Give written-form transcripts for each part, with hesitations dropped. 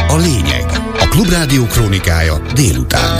a lényeg. A Klubrádió krónikája délután.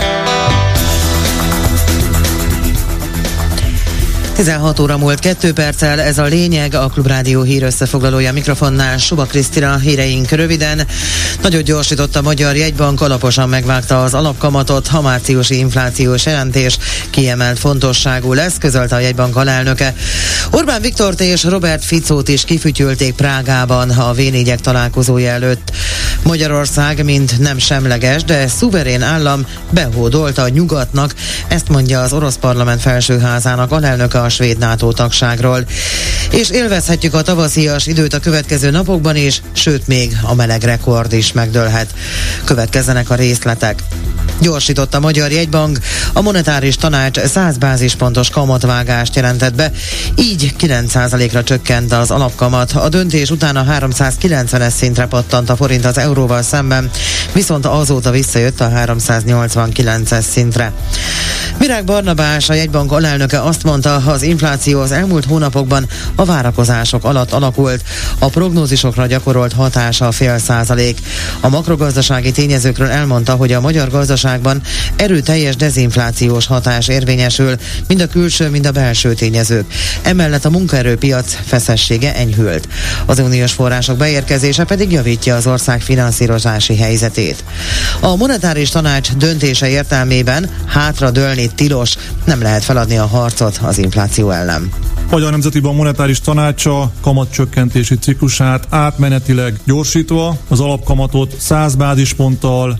16 óra múlt 2 perccel, ez a lényeg, a Klubrádió hír összefoglalója mikrofonnál. Suba Krisztina, híreink röviden. Nagyon gyorsított a Magyar Jegybank, alaposan megvágta az alapkamatot, a márciusi inflációs jelentés kiemelt fontosságú lesz, közölte a Jegybank alelnöke. Orbán Viktort és Robert Ficót is kifütyülték Prágában a V4-ek találkozója előtt. Magyarország, mint nem semleges, de szuverén állam behódolt a nyugatnak, ezt mondja az orosz parlament felsőházának alelnöke a svéd NATO tagságról. És élvezhetjük a tavaszias időt a következő napokban is, sőt még a meleg rekord is megdőlhet. Következzenek a részletek. Gyorsított a Magyar Jegybank, a monetáris tanács 100 bázispontos kamatvágást jelentett be, így 9%-ra csökkent az alapkamat. A döntés után a 390-es szintre pattant a forint az euróval szemben, viszont azóta visszajött a 389-es szintre. Virág Barnabás, a Jegybank alelnöke azt mondta, az infláció az elmúlt hónapokban a várakozások alatt alakult, a prognózisokra gyakorolt hatása 0,5%. A makrogazdasági tényezőkről elmondta, hogy a magyar gazdaságban erőteljes dezinflációs hatás érvényesül, mind a külső, mind a belső tényezők. Emellett a munkaerőpiac feszessége enyhült. Az uniós források beérkezése pedig javítja az ország finanszírozási helyzetét. A monetáris tanács döntése értelmében hátradőlni tilos, nem lehet feladni a harcot az infláció ellen. Magyar Nemzeti Bank monetáris tanácsa kamatcsökkentési ciklusát átmenetileg gyorsítva az alapkamatot 100 bázisponttal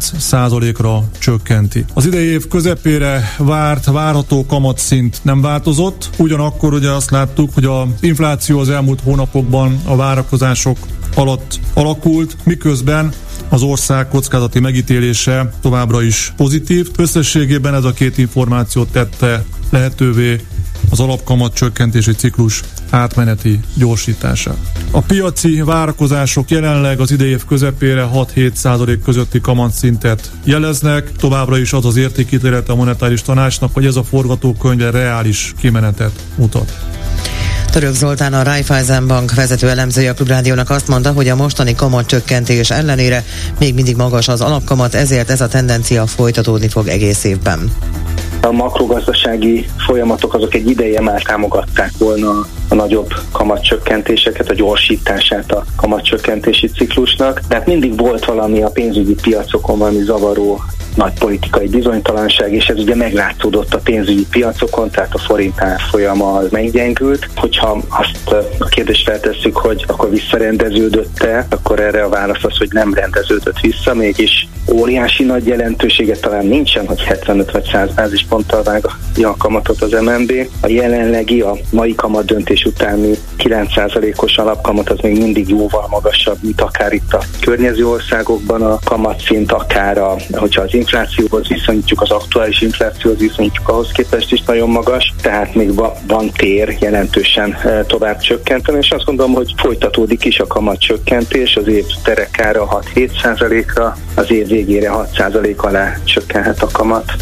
9%-ra csökkenti. Az idei év közepére várható kamatszint nem változott, ugyanakkor ugye azt láttuk, hogy az infláció az elmúlt hónapokban a várakozások alatt alakult, miközben az ország kockázati megítélése továbbra is pozitív. Összességében ez a két információt tette lehetővé az alapkamat csökkentési ciklus átmeneti gyorsítását. A piaci várakozások jelenleg az idei év közepére 6-7% közötti kamatszintet jeleznek. Továbbra is az az értékítélete a monetáris tanácsnak, hogy ez a forgatókönyv reális kimenetet mutat. Török Zoltán, a Raiffeisen Bank vezető elemzője a Klubrádiónak azt mondta, hogy a mostani kamatcsökkentés ellenére még mindig magas az alapkamat, ezért ez a tendencia folytatódni fog egész évben. A makrogazdasági folyamatok azok egy ideje már támogatták volna a nagyobb kamatcsökkentéseket, a gyorsítását a kamatcsökkentési ciklusnak. Tehát mindig volt valami a pénzügyi piacokon, valami zavaró nagy politikai bizonytalanság, és ez ugye meglátszódott a pénzügyi piacokon, tehát a forint árfolyama az meggyengült. Hogyha azt a kérdést feltesszük, hogy akkor visszarendeződött-e, akkor erre a válasz az, hogy nem rendeződött vissza, mégis óriási nagy jelentősége talán nincsen, hogy 75 vagy 100 bázisponttal vágja a kamatot az MNB. A jelenlegi, a mai kamat döntés utáni 9%-os alapkamat az még mindig jóval magasabb, mint akár itt a környező országokban a kamatszint, akár hogyha az inflációhoz viszonyítjuk, az aktuális inflációhoz viszonyítjuk, ahhoz képest is nagyon magas, tehát még van tér jelentősen tovább csökkenteni, és azt gondolom, hogy folytatódik is a kamatcsökkentés, az év terekára 6-7%-ra, az év végére 6% alá csökkenhet a kamat.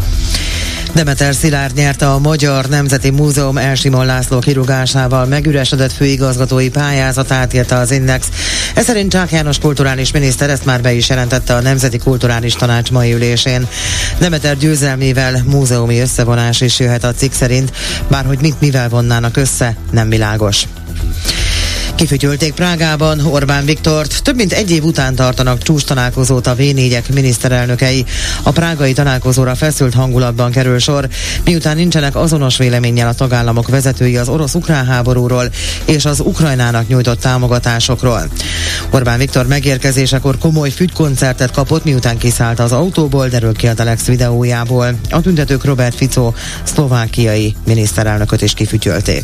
Demeter Szilárd nyerte a Magyar Nemzeti Múzeum Elsimon László kirúgásával megüresedett főigazgatói pályázatát, írta az Index. Ez szerint Csák János kulturális miniszter ezt már be is jelentette a Nemzeti Kulturális Tanács mai ülésén. Demeter győzelmével múzeumi összevonás is jöhet a cikk szerint, bárhogy mivel vonnának össze, nem világos. Kifütyülték Prágában Orbán Viktort. Több mint egy év után tartanak csúcstalálkozót a V4-ek miniszterelnökei. A prágai találkozóra feszült hangulatban kerül sor, miután nincsenek azonos véleménnyel a tagállamok vezetői az orosz-ukrán háborúról és az Ukrajnának nyújtott támogatásokról. Orbán Viktor megérkezésekor komoly fügykoncertet kapott, miután kiszállt az autóból, derül ki a Telex videójából. A tüntetők Robert Fico szlovákiai miniszterelnököt is kifütyölték.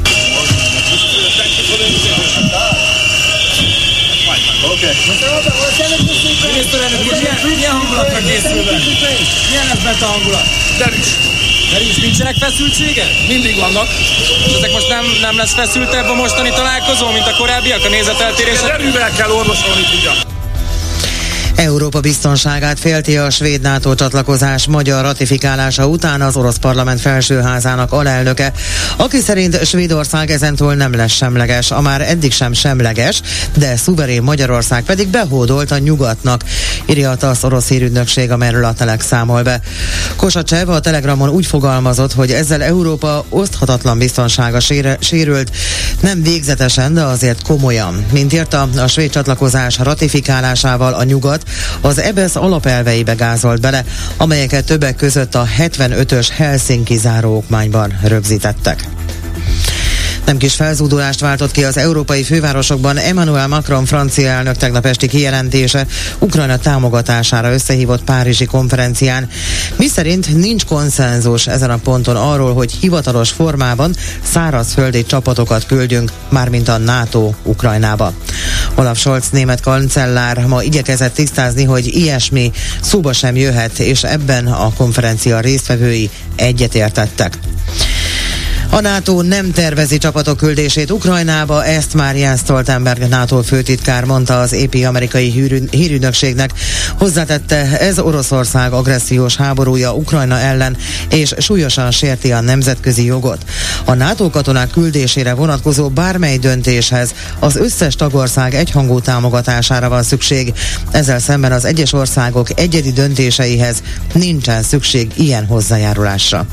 Miniszterelnök úr, milyen hangulatra készülve? Milyen lesz bent a hangulat? Derűs. Nincsenek feszültségek? Mindig vannak. És ezek most nem lesz feszültebb a mostani találkozó, mint a korábbiak, a nézeteltérések? Derűvel kell orvosolni, tudja. Európa biztonságát félti a svéd NATO csatlakozás magyar ratifikálása után az orosz parlament felsőházának alelnöke, aki szerint Svédország ezentúl nem lesz semleges, a már eddig sem semleges, de szuverén Magyarország pedig behódolt a nyugatnak, írja a TASZ orosz hírügynökség, amelyről a Telex számol be. Kosacsev a Telegramon úgy fogalmazott, hogy ezzel Európa oszthatatlan biztonsága sérült, nem végzetesen, de azért komolyan. Mint írta, a svéd csatlakozás ratifikálásával a nyugat az EBESZ alapelveibe gázolt bele, amelyeket többek között a 75-ös Helsinki záróokmányban rögzítettek. Nem kis felzúdulást váltott ki az európai fővárosokban Emmanuel Macron francia elnök tegnap esti kijelentése Ukrajna támogatására összehívott párizsi konferencián, miszerint nincs konszenzus ezen a ponton arról, hogy hivatalos formában szárazföldi csapatokat küldjünk, mármint a NATO Ukrajnába. Olaf Scholz német kancellár ma igyekezett tisztázni, hogy ilyesmi szóba sem jöhet, és ebben a konferencia résztvevői egyetértettek. A NATO nem tervezi csapatok küldését Ukrajnába, ezt már Jens Stoltenberg NATO főtitkár mondta az AP amerikai hírügynökségnek. Hozzátette, ez Oroszország agressziós háborúja Ukrajna ellen, és súlyosan sérti a nemzetközi jogot. A NATO katonák küldésére vonatkozó bármely döntéshez az összes tagország egyhangú támogatására van szükség. Ezzel szemben az egyes országok egyedi döntéseihez nincsen szükség ilyen hozzájárulásra.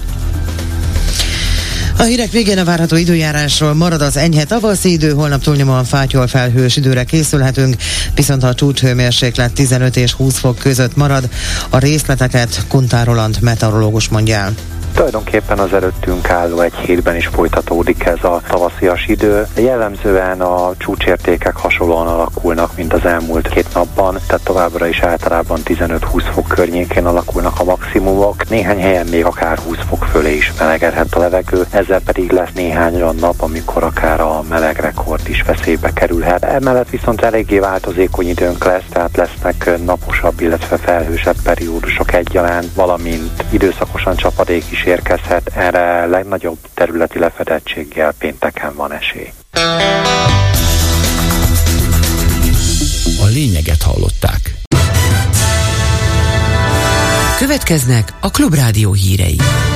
A hírek végén a várható időjárásról: marad az enyhe tavaszi idő, holnap túlnyomóan fátyol felhős időre készülhetünk, viszont a csúcshőmérséklet 15 és 20 fok között marad. A részleteket Kuntár Roland meteorológus mondja el. Tulajdonképpen az előttünk álló egy hétben is folytatódik ez a tavaszias idő. Jellemzően a csúcsértékek hasonlóan alakulnak, mint az elmúlt 2 napban, tehát továbbra is általában 15-20 fok környékén alakulnak a maximumok. Néhány helyen még akár 20 fok fölé is melegedhet a levegő, ezzel pedig lesz néhány olyan nap, amikor akár a meleg rekord is veszélybe kerülhet. Emellett viszont eléggé változékony időnk lesz, tehát lesznek naposabb, illetve felhősebb periódusok egyaránt, valamint időszakosan csapadék is érkezhet, erre legnagyobb területi lefedettséggel pénteken van esély. A lényeget hallották. Következnek a Klubrádió hírei.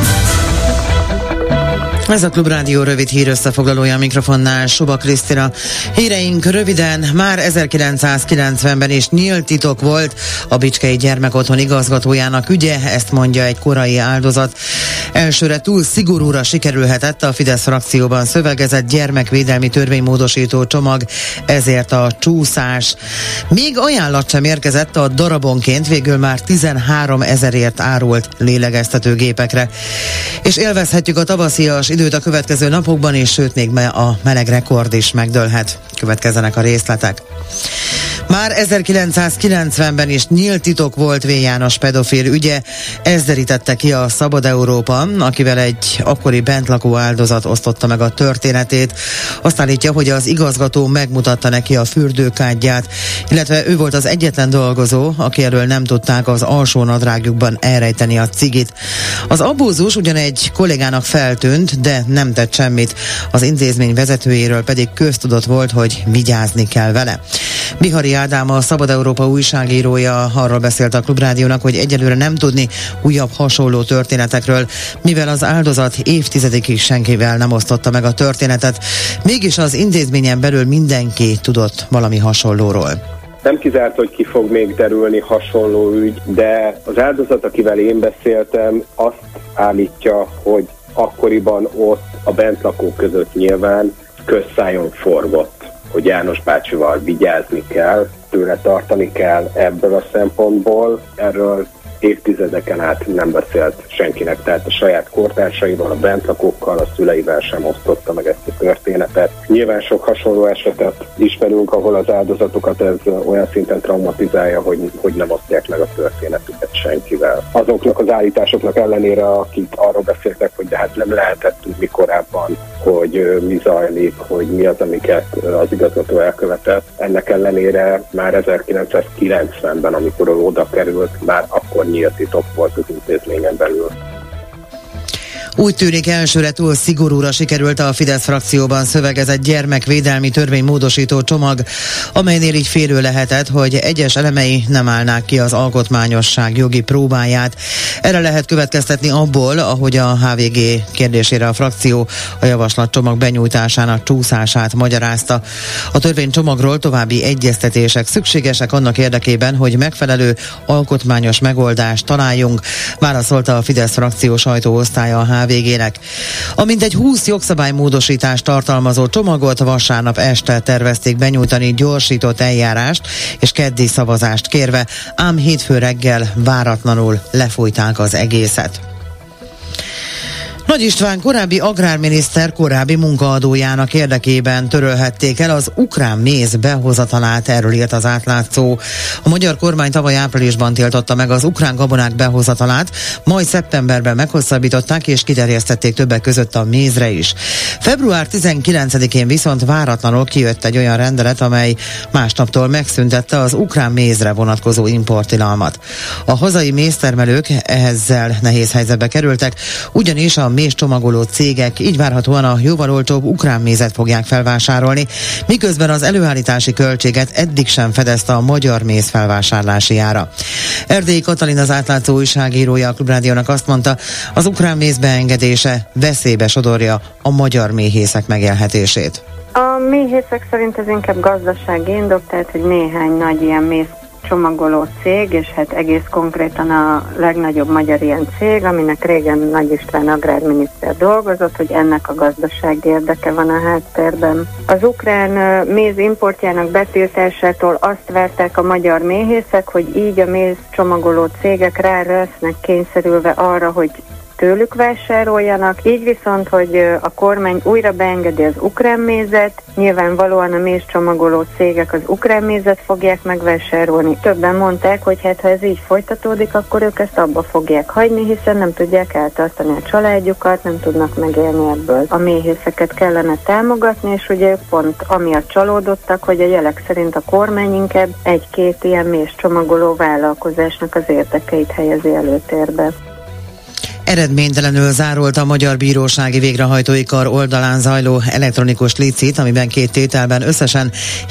Ez a Klubrádió rövid hír összefoglalója, a mikrofonnál Suba Krisztina. Híreink röviden: már 1990-ben is nyílt titok volt a Bicskei Gyermekotthon igazgatójának ügye, ezt mondja egy korai áldozat. Elsőre túl szigorúra sikerülhetett a Fidesz frakcióban szövegezett gyermekvédelmi törvénymódosító csomag, ezért a csúszás. Még ajánlat sem érkezett a darabonként végül már 13 000-ért árult lélegeztetőgépekre. És élvezhetjük a tavaszias időt a következő napokban, és sőt még a meleg rekord is megdőlhet. Következzenek a részletek. Már 1990-ben is nyílt titok volt V. János pedofil ügye, ez derítette ki a Szabad Európa, akivel egy akkori bentlakó áldozat osztotta meg a történetét. Azt állítja, hogy az igazgató megmutatta neki a fürdőkádját, illetve ő volt az egyetlen dolgozó, aki elől nem tudták az alsó nadrágjukban elrejteni a cigit. Az abúzus ugyan egy kollégának feltűnt, de nem tett semmit. Az intézmény vezetőjéről pedig köztudott volt, hogy vigyázni kell vele. Bihari Ádám, a Szabad Európa újságírója arról beszélt a Klubrádiónak, hogy egyelőre nem tudni újabb hasonló történetekről, mivel az áldozat évtizedekig senkivel nem osztotta meg a történetet, mégis az intézményen belül mindenki tudott valami hasonlóról. Nem kizárt, hogy ki fog még derülni hasonló ügy, de az áldozat, akivel én beszéltem, azt állítja, hogy akkoriban ott a bentlakók között nyilván közszájon forgott, hogy János bácsival vigyázni kell, tőle tartani kell ebből a szempontból. Erről évtizedeken át nem beszélt senkinek, tehát a saját kortársaival, a bentlakókkal, a szüleivel sem osztotta meg ezt a történetet. Nyilván sok hasonló esetet ismerünk, ahol az áldozatokat ez olyan szinten traumatizálja, hogy nem osztják meg a történetüket senkivel. Azoknak az állításoknak ellenére, akik arról beszéltek, hogy de hát nem lehetett tudni korábban, hogy mi zajlik, hogy mi az, amiket az igazgató elkövetett. Ennek ellenére már 1990-ben, amikor oda került, már akkor nyílt titok volt az intézményen belül. Úgy tűnik, elsőre túl szigorúra sikerült a Fidesz frakcióban szövegezett gyermekvédelmi törvénymódosító csomag, amelynél így félő lehetett, hogy egyes elemei nem állnák ki az alkotmányosság jogi próbáját. Erre lehet következtetni abból, ahogy a HVG kérdésére a frakció a javaslatcsomag benyújtásának csúszását magyarázta. A törvénycsomagról további egyeztetések szükségesek annak érdekében, hogy megfelelő alkotmányos megoldást találjunk, válaszolta a Fidesz frakció sajtóosztálya a HVG-nek. A mintegy 20 jogszabálymódosítást tartalmazó csomagot vasárnap este tervezték benyújtani gyorsított eljárást és keddi szavazást kérve, ám hétfő reggel váratlanul lefújták az egészet. Nagy István korábbi agrárminiszter korábbi munkaadójának érdekében törölhették el az ukrán méz behozatalát, erről írt az Átlátszó. A magyar kormány tavaly áprilisban tiltotta meg az ukrán gabonák behozatalát, majd szeptemberben meghosszabbították és kiterjesztették többek között a mézre is. Február 19-én viszont váratlanul kijött egy olyan rendelet, amely másnaptól megszüntette az ukrán mézre vonatkozó importtilalmat. A hazai méztermelők ezzel nehéz helyzetbe kerültek, ugyanis a mézcsomagoló cégek így várhatóan a jóval olcsóbb ukrán mézet fogják felvásárolni, miközben az előállítási költséget eddig sem fedezte a magyar méz felvásárlási ára. Erdélyi Katalin, az Átlátszó újságírója a Klubrádiónak azt mondta, az ukrán méz beengedése veszélybe sodorja a magyar méhészek megélhetését. A méhészek szerint ez inkább gazdasági indok, tehát hogy néhány nagy ilyen méz csomagoló cég, és hát egész konkrétan a legnagyobb magyar ilyen cég, aminek régen Nagy István agrárminiszter dolgozott, hogy ennek a gazdasági érdeke van a háttérben. Az ukrán méz importjának betiltásától azt várták a magyar méhészek, hogy így a méz csomagoló cégek rá lesznek kényszerülve arra, hogy tőlük vásároljanak, így viszont, hogy a kormány újra beengedi az ukrán mézet, nyilvánvalóan a mézcsomagoló cégek az ukrán mézet fogják megvásárolni. Többen mondták, hogy hát ha ez így folytatódik, akkor ők ezt abba fogják hagyni, hiszen nem tudják eltartani a családjukat, nem tudnak megélni ebből. A méhészeket kellene támogatni, és ugye ők pont amiatt csalódottak, hogy a jelek szerint a kormány inkább egy-két ilyen mézcsomagoló vállalkozásnak az érdekeit helyezi előtérbe. Eredménytelenül zárult a Magyar Bírósági Végrehajtói Kar oldalán zajló elektronikus licit, amiben 2 tételben összesen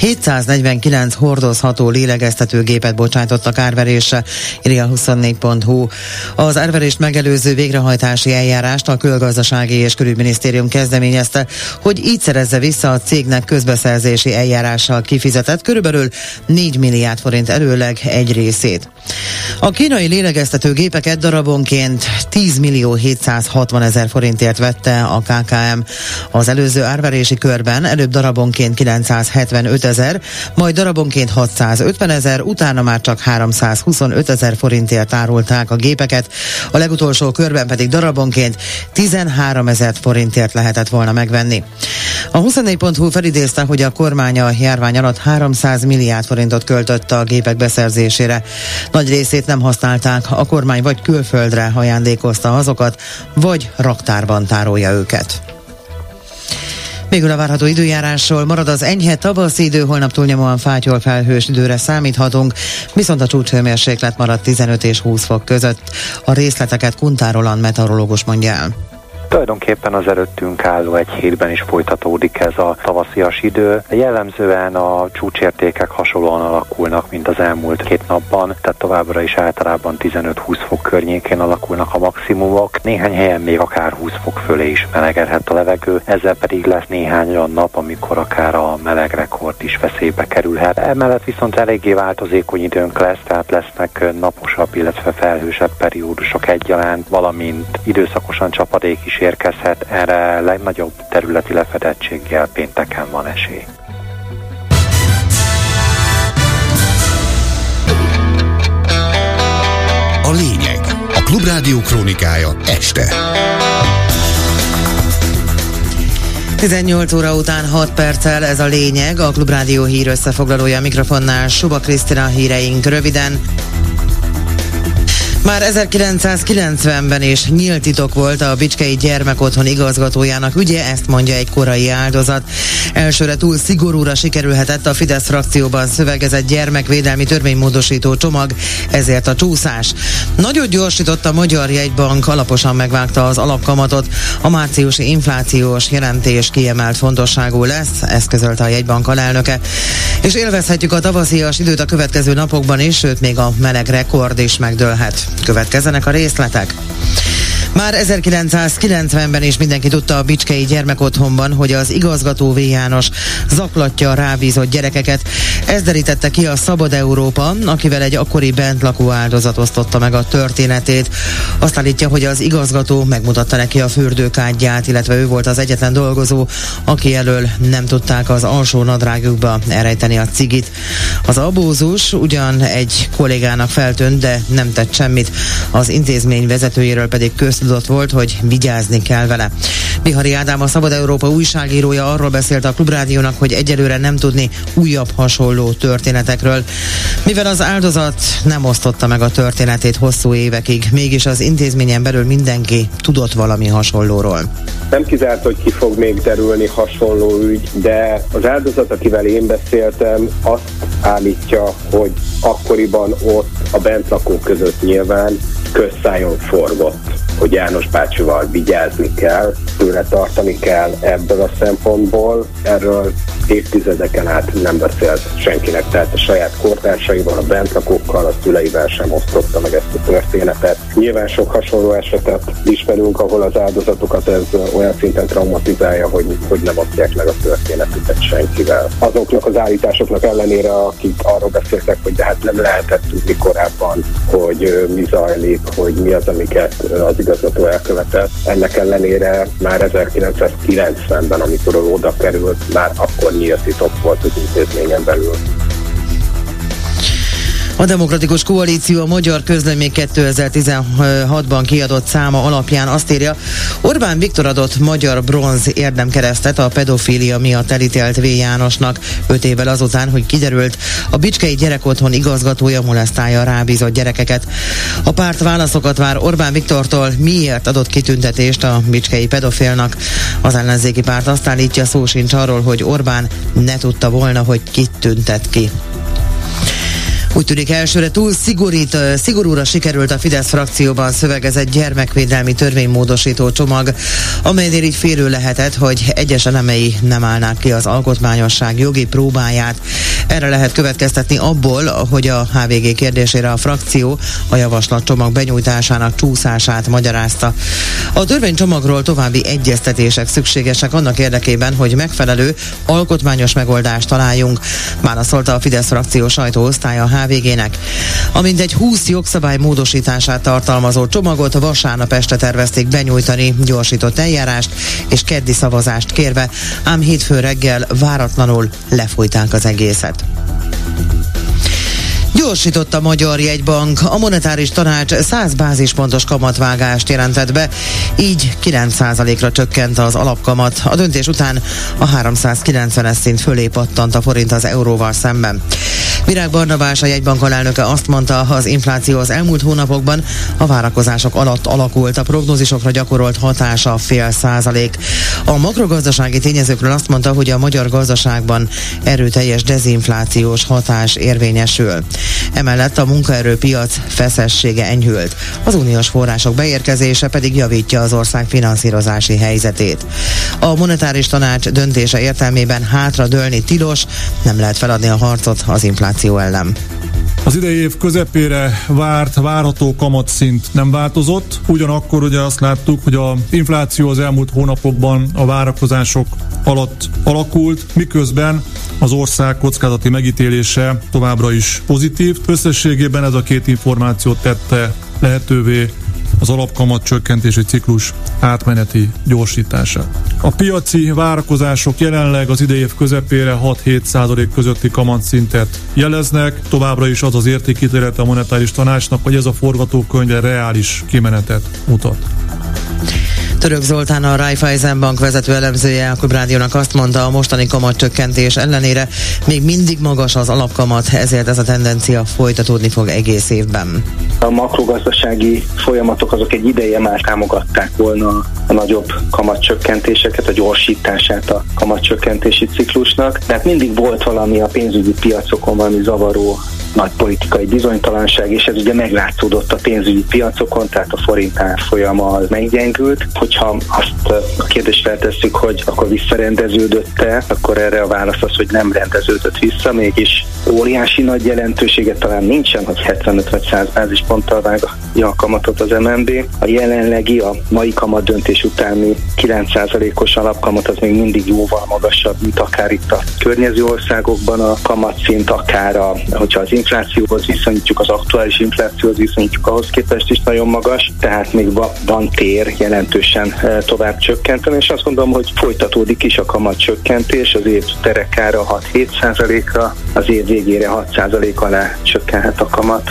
749 hordozható lélegeztetőgépet bocsájtottak árverésre, írja 24.hu. Az árverést megelőző végrehajtási eljárást a Külgazdasági és Külügyminisztérium kezdeményezte, hogy így szerezze vissza a cégnek közbeszerzési eljárással kifizetett körülbelül 4 milliárd forint előleg egy részét. A kínai lélegeztetőgépeket darabonként 10.760.000 forintért vette a KKM. Az előző árverési körben előbb darabonként 975.000, majd darabonként 650.000, utána már csak 325.000 forintért árulták a gépeket, a legutolsó körben pedig darabonként 13.000 forintért lehetett volna megvenni. A 24.hu felidézte, hogy a kormány a járvány alatt 300 milliárd forintot költött a gépek beszerzésére. Nagy részét nem használták, a kormány vagy külföldre ajándékozta azokat, vagy raktárban tárolja őket. Végül a várható időjárásról: marad az enyhe tavaszi idő, holnap túlnyomóan fátyol, felhős időre számíthatunk, viszont a csúcshőmérséklet marad 15 és 20 fok között. A részleteket Kunthár Roland meteorológus mondja el. Tulajdonképpen az előttünk álló egy hétben is folytatódik ez a tavaszias idő. Jellemzően a csúcsértékek hasonlóan alakulnak, mint az elmúlt 2 napban, tehát továbbra is általában 15-20 fok környékén alakulnak a maximumok. Néhány helyen még akár 20 fok fölé is melegedhet a levegő, ezzel pedig lesz néhány olyan nap, amikor akár a meleg rekord is veszélybe kerülhet. Emellett viszont eléggé változékony időnk lesz, tehát lesznek naposabb, illetve felhősebb periódusok egyaránt, valamint időszakosan csapadék is érkezhet, erre legnagyobb területi lefedettséggel pénteken van esély. A lényeg. A Klubrádió krónikája este. 18 óra után 6 perccel ez a lényeg, a Klubrádió hír összefoglalója, mikrofonnál Suba Krisztina, híreink röviden. Már 1990-ben is nyílt titok volt a Bicskei Gyermekotthon igazgatójának ügye, ezt mondja egy korai áldozat. Elsőre túl szigorúra sikerülhetett a Fidesz frakcióban szövegezett gyermekvédelmi törvénymódosító csomag, ezért a csúszás. Nagyot gyorsított a Magyar Jegybank, alaposan megvágta az alapkamatot. A márciusi inflációs jelentés kiemelt fontosságú lesz, ezt közölte a jegybank alelnöke. És élvezhetjük a tavaszias időt a következő napokban is, sőt még a meleg rekord is megdőlhet. Következzenek a részletek. Már 1990-ben is mindenki tudta a Bicskei Gyermekotthonban, hogy az igazgató V. János zaklatja a rábízott gyerekeket. Ez derítette ki a Szabad Európa, akivel egy akkori bentlakó áldozat osztotta meg a történetét. Azt állítja, hogy az igazgató megmutatta neki a fürdőkádját, illetve ő volt az egyetlen dolgozó, aki elől nem tudták az alsó nadrágjukba elrejteni a cigit. Az abózus ugyan egy kollégának feltűnt, de nem tett semmit. Az intézmény vezetőjéről pedig köztudott volt, hogy vigyázni kell vele. Bihari Ádám, a Szabad Európa újságírója arról beszélt a Klubrádiónak, hogy egyelőre nem tudni újabb hasonló történetekről. Mivel az áldozat nem osztotta meg a történetét hosszú évekig, mégis az intézményen belül mindenki tudott valami hasonlóról. Nem kizárt, hogy ki fog még derülni hasonló ügy, de az áldozat, akivel én beszéltem, azt állítja, hogy akkoriban ott a bentlakók között nyilván közszájon forgott, hogy János bácsival vigyázni kell, tőle tartani kell ebből a szempontból. Erről évtizedeken át nem beszélt senkinek, tehát a saját kortársaival, a bentlakókkal, a szüleivel sem osztotta meg ezt a történetet. Nyilván sok hasonló esetet ismerünk, ahol az áldozatokat ez olyan szinten traumatizálja, hogy nem osztják meg a történetüket senkivel. Azoknak az állításoknak ellenére, akik arról beszéltek, hogy de hát nem lehetett tudni korábban, hogy mi zajlik, hogy mi az, amiket az igazgató elkövetett. Ennek ellenére már 1990-ben, amikor oda került, már akkor nyílt titok volt az intézményen belül. A Demokratikus Koalíció a Magyar Közlemény 2016-ban kiadott száma alapján azt írja, Orbán Viktor adott magyar bronz érdemkeresztet a pedofília miatt elítélt V. Jánosnak 5 évvel azután, hogy kiderült, a Bicskei Gyerekotthon igazgatója molesztálja a rábízott gyerekeket. A párt válaszokat vár Orbán Viktortól, miért adott kitüntetést a bicskei pedofilnak. Az ellenzéki párt azt állítja, szó sincs arról, hogy Orbán ne tudta volna, hogy kit tüntet ki. Úgy tűnik, elsőre túl szigorúra sikerült a Fidesz frakcióban szövegezett gyermekvédelmi törvénymódosító csomag, amelynél így félő lehetett, hogy egyes elemei nem állnák ki az alkotmányosság jogi próbáját. Erre lehet következtetni abból, hogy a HVG kérdésére a frakció a javaslatcsomag benyújtásának csúszását magyarázta. A törvénycsomagról további egyeztetések szükségesek annak érdekében, hogy megfelelő alkotmányos megoldást találjunk, válaszolta a Fidesz frakció sajtóosztálya a HVG-nek. A mintegy 20 jogszabály módosítását tartalmazó csomagot vasárnap este tervezték benyújtani gyorsított eljárást és keddi szavazást kérve, ám hétfő reggel váratlanul lefújták az egészet. Gyorsított a Magyar Jegybank. A monetáris tanács 100 bázispontos kamatvágást jelentett be, így 9%-ra csökkent az alapkamat. A döntés után a 390-es szint fölé pattant a forint az euróval szemben. Virág Barnabás, a jegybank alelnöke azt mondta, az infláció az elmúlt hónapokban a várakozások alatt alakult, a prognózisokra gyakorolt hatása 0,5%. A makrogazdasági tényezőkről azt mondta, hogy a magyar gazdaságban erőteljes dezinflációs hatás érvényesül. Emellett a munkaerőpiac feszessége enyhült. Az uniós források beérkezése pedig javítja az ország finanszírozási helyzetét. A monetáris tanács döntése értelmében hátradőlni tilos, nem lehet feladni a harcot az infláció ellen. Az idei év közepére várható kamatszint nem változott, ugyanakkor ugye azt láttuk, hogy az infláció az elmúlt hónapokban a várakozások alatt alakult, miközben az ország kockázati megítélése továbbra is pozitív. Összességében ez a két információt tette lehetővé az alapkamat csökkentési ciklus átmeneti gyorsítását. A piaci várakozások jelenleg az idei év közepére 6-7% közötti kamatszintet jeleznek, továbbra is az az értékítélete a monetáris tanácsnak, hogy ez a forgatókönyv reális kimenetet mutat. Török Zoltán, a Raiffeisen Bank vezető elemzője a Klubrádiónak azt mondta, a mostani kamatcsökkentés ellenére még mindig magas az alapkamat, ezért ez a tendencia folytatódni fog egész évben. A makrogazdasági folyamatok azok egy ideje már támogatták volna a nagyobb kamatcsökkentéseket, a gyorsítását a kamatcsökkentési ciklusnak, tehát mindig volt valami a pénzügyi piacokon, valami zavaró nagy politikai bizonytalanság, és ez ugye meglátszódott a pénzügyi piacokon, tehát a forint árfolyama meggyengült. Hogyha azt a kérdést feltesszük, hogy akkor visszarendeződött-e, akkor erre a válasz az, hogy nem rendeződött vissza, mégis óriási nagy jelentősége talán nincsen, hogy 75 vagy 100 bázisponttal vágja a kamatot az MNB. A jelenlegi, a mai kamat döntés utáni 9%-os alapkamat az még mindig jóval magasabb, mint akár itt a környező országokban a kamatszint, akár hogyha az inflációhoz viszonyítjuk, az aktuális inflációhoz viszonyítjuk, ahhoz képest is nagyon magas, tehát még van tér jelentősen tovább csökkenteni, és azt gondolom, hogy folytatódik is a kamatcsökkentés, az év terekára 6-7%-ra, az év végére 6% alá csökkenhet a kamat.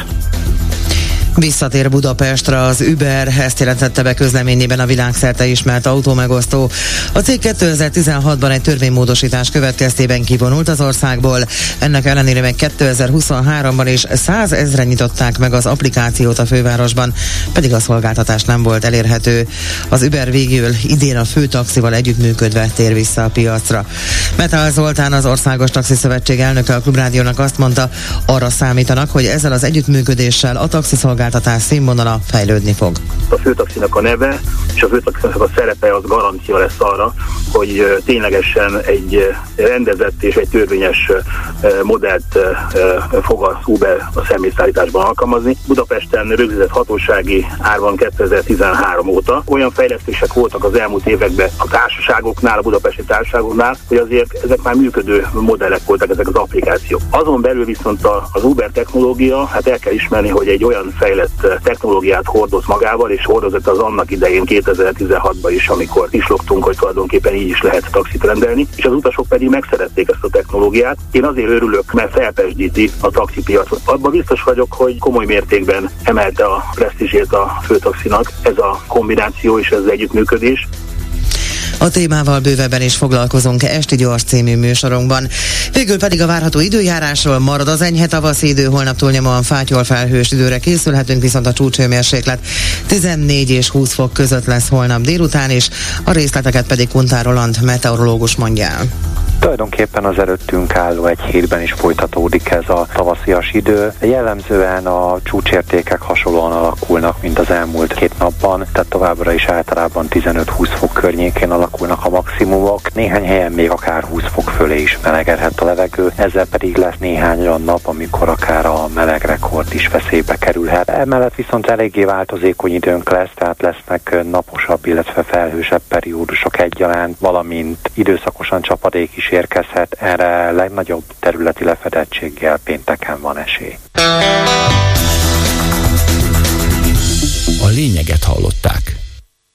Visszatér Budapestre az Uber, ezt jelentette be közleményében a világszerte ismert autómegosztó. A cég 2016-ban egy törvénymódosítás következtében kivonult az országból, ennek ellenére meg 2023-ban is 100 000-en nyitották meg az applikációt a fővárosban, pedig a szolgáltatás nem volt elérhető. Az Uber végül idén a főtaxival együttműködve tér vissza a piacra. Metál Zoltán, az Országos Taxiszövetség elnöke a Klubrádiónak azt mondta, arra számítanak, hogy ezzel az együttműködéssel a taxiszolgáltatás színvonala fejlődni fog. A főtaxinak a neve és a főtaxinak a szerepe az garancia lesz arra, hogy ténylegesen egy rendezett és egy törvényes modellt fog az Uber a személyszállításban alkalmazni. Budapesten rögzített hatósági ár van 2013 óta. Olyan fejlesztések voltak az elmúlt években a társaságoknál, a budapesti társaságoknál, hogy azért ezek már működő modellek voltak, ezek az applikációk. Azon belül viszont az Uber technológia, hát el kell ismerni, hogy egy olyan fejlett technológiát hordoz magával, és hordozott az annak idején 2016-ban is, amikor islogtunk, hogy tulajdonképpen így is lehet taxit rendelni, és az utasok pedig megszerették ezt a technológiát. Én azért örülök, mert felpezsdíti a taxipiacot. Abban biztos vagyok, hogy komoly mértékben emelte a presztízsét a főtaxinak ez a kombináció és ez az együttműködés. A témával bővebben is foglalkozunk Esti Gyors című műsorunkban. Végül pedig a várható időjárásról. Marad az enyhe tavaszi idő, holnap túlnyomóan fátyol felhős időre készülhetünk, viszont a csúcshőmérséklet 14 és 20 fok között lesz holnap délután is, a részleteket pedig Kuntár Roland meteorológus mondja el. Tulajdonképpen az előttünk álló egy hétben is folytatódik ez a tavaszias idő. Jellemzően a csúcsértékek hasonlóan alakulnak, mint az elmúlt 2 napban, tehát továbbra is általában 15-20 fok környékén alakulnak a maximumok. Néhány helyen még akár 20 fok fölé is melegedhet a levegő, ezzel pedig lesz néhány olyan nap, amikor akár a meleg rekord is veszélybe kerülhet. Emellett viszont eléggé változékony időnk lesz, tehát lesznek naposabb, illetve felhősebb periódusok egyaránt, valamint időszakosan csapadék is érkezhet, erre legnagyobb területi lefedettséggel pénteken van esély. A lényeget hallották.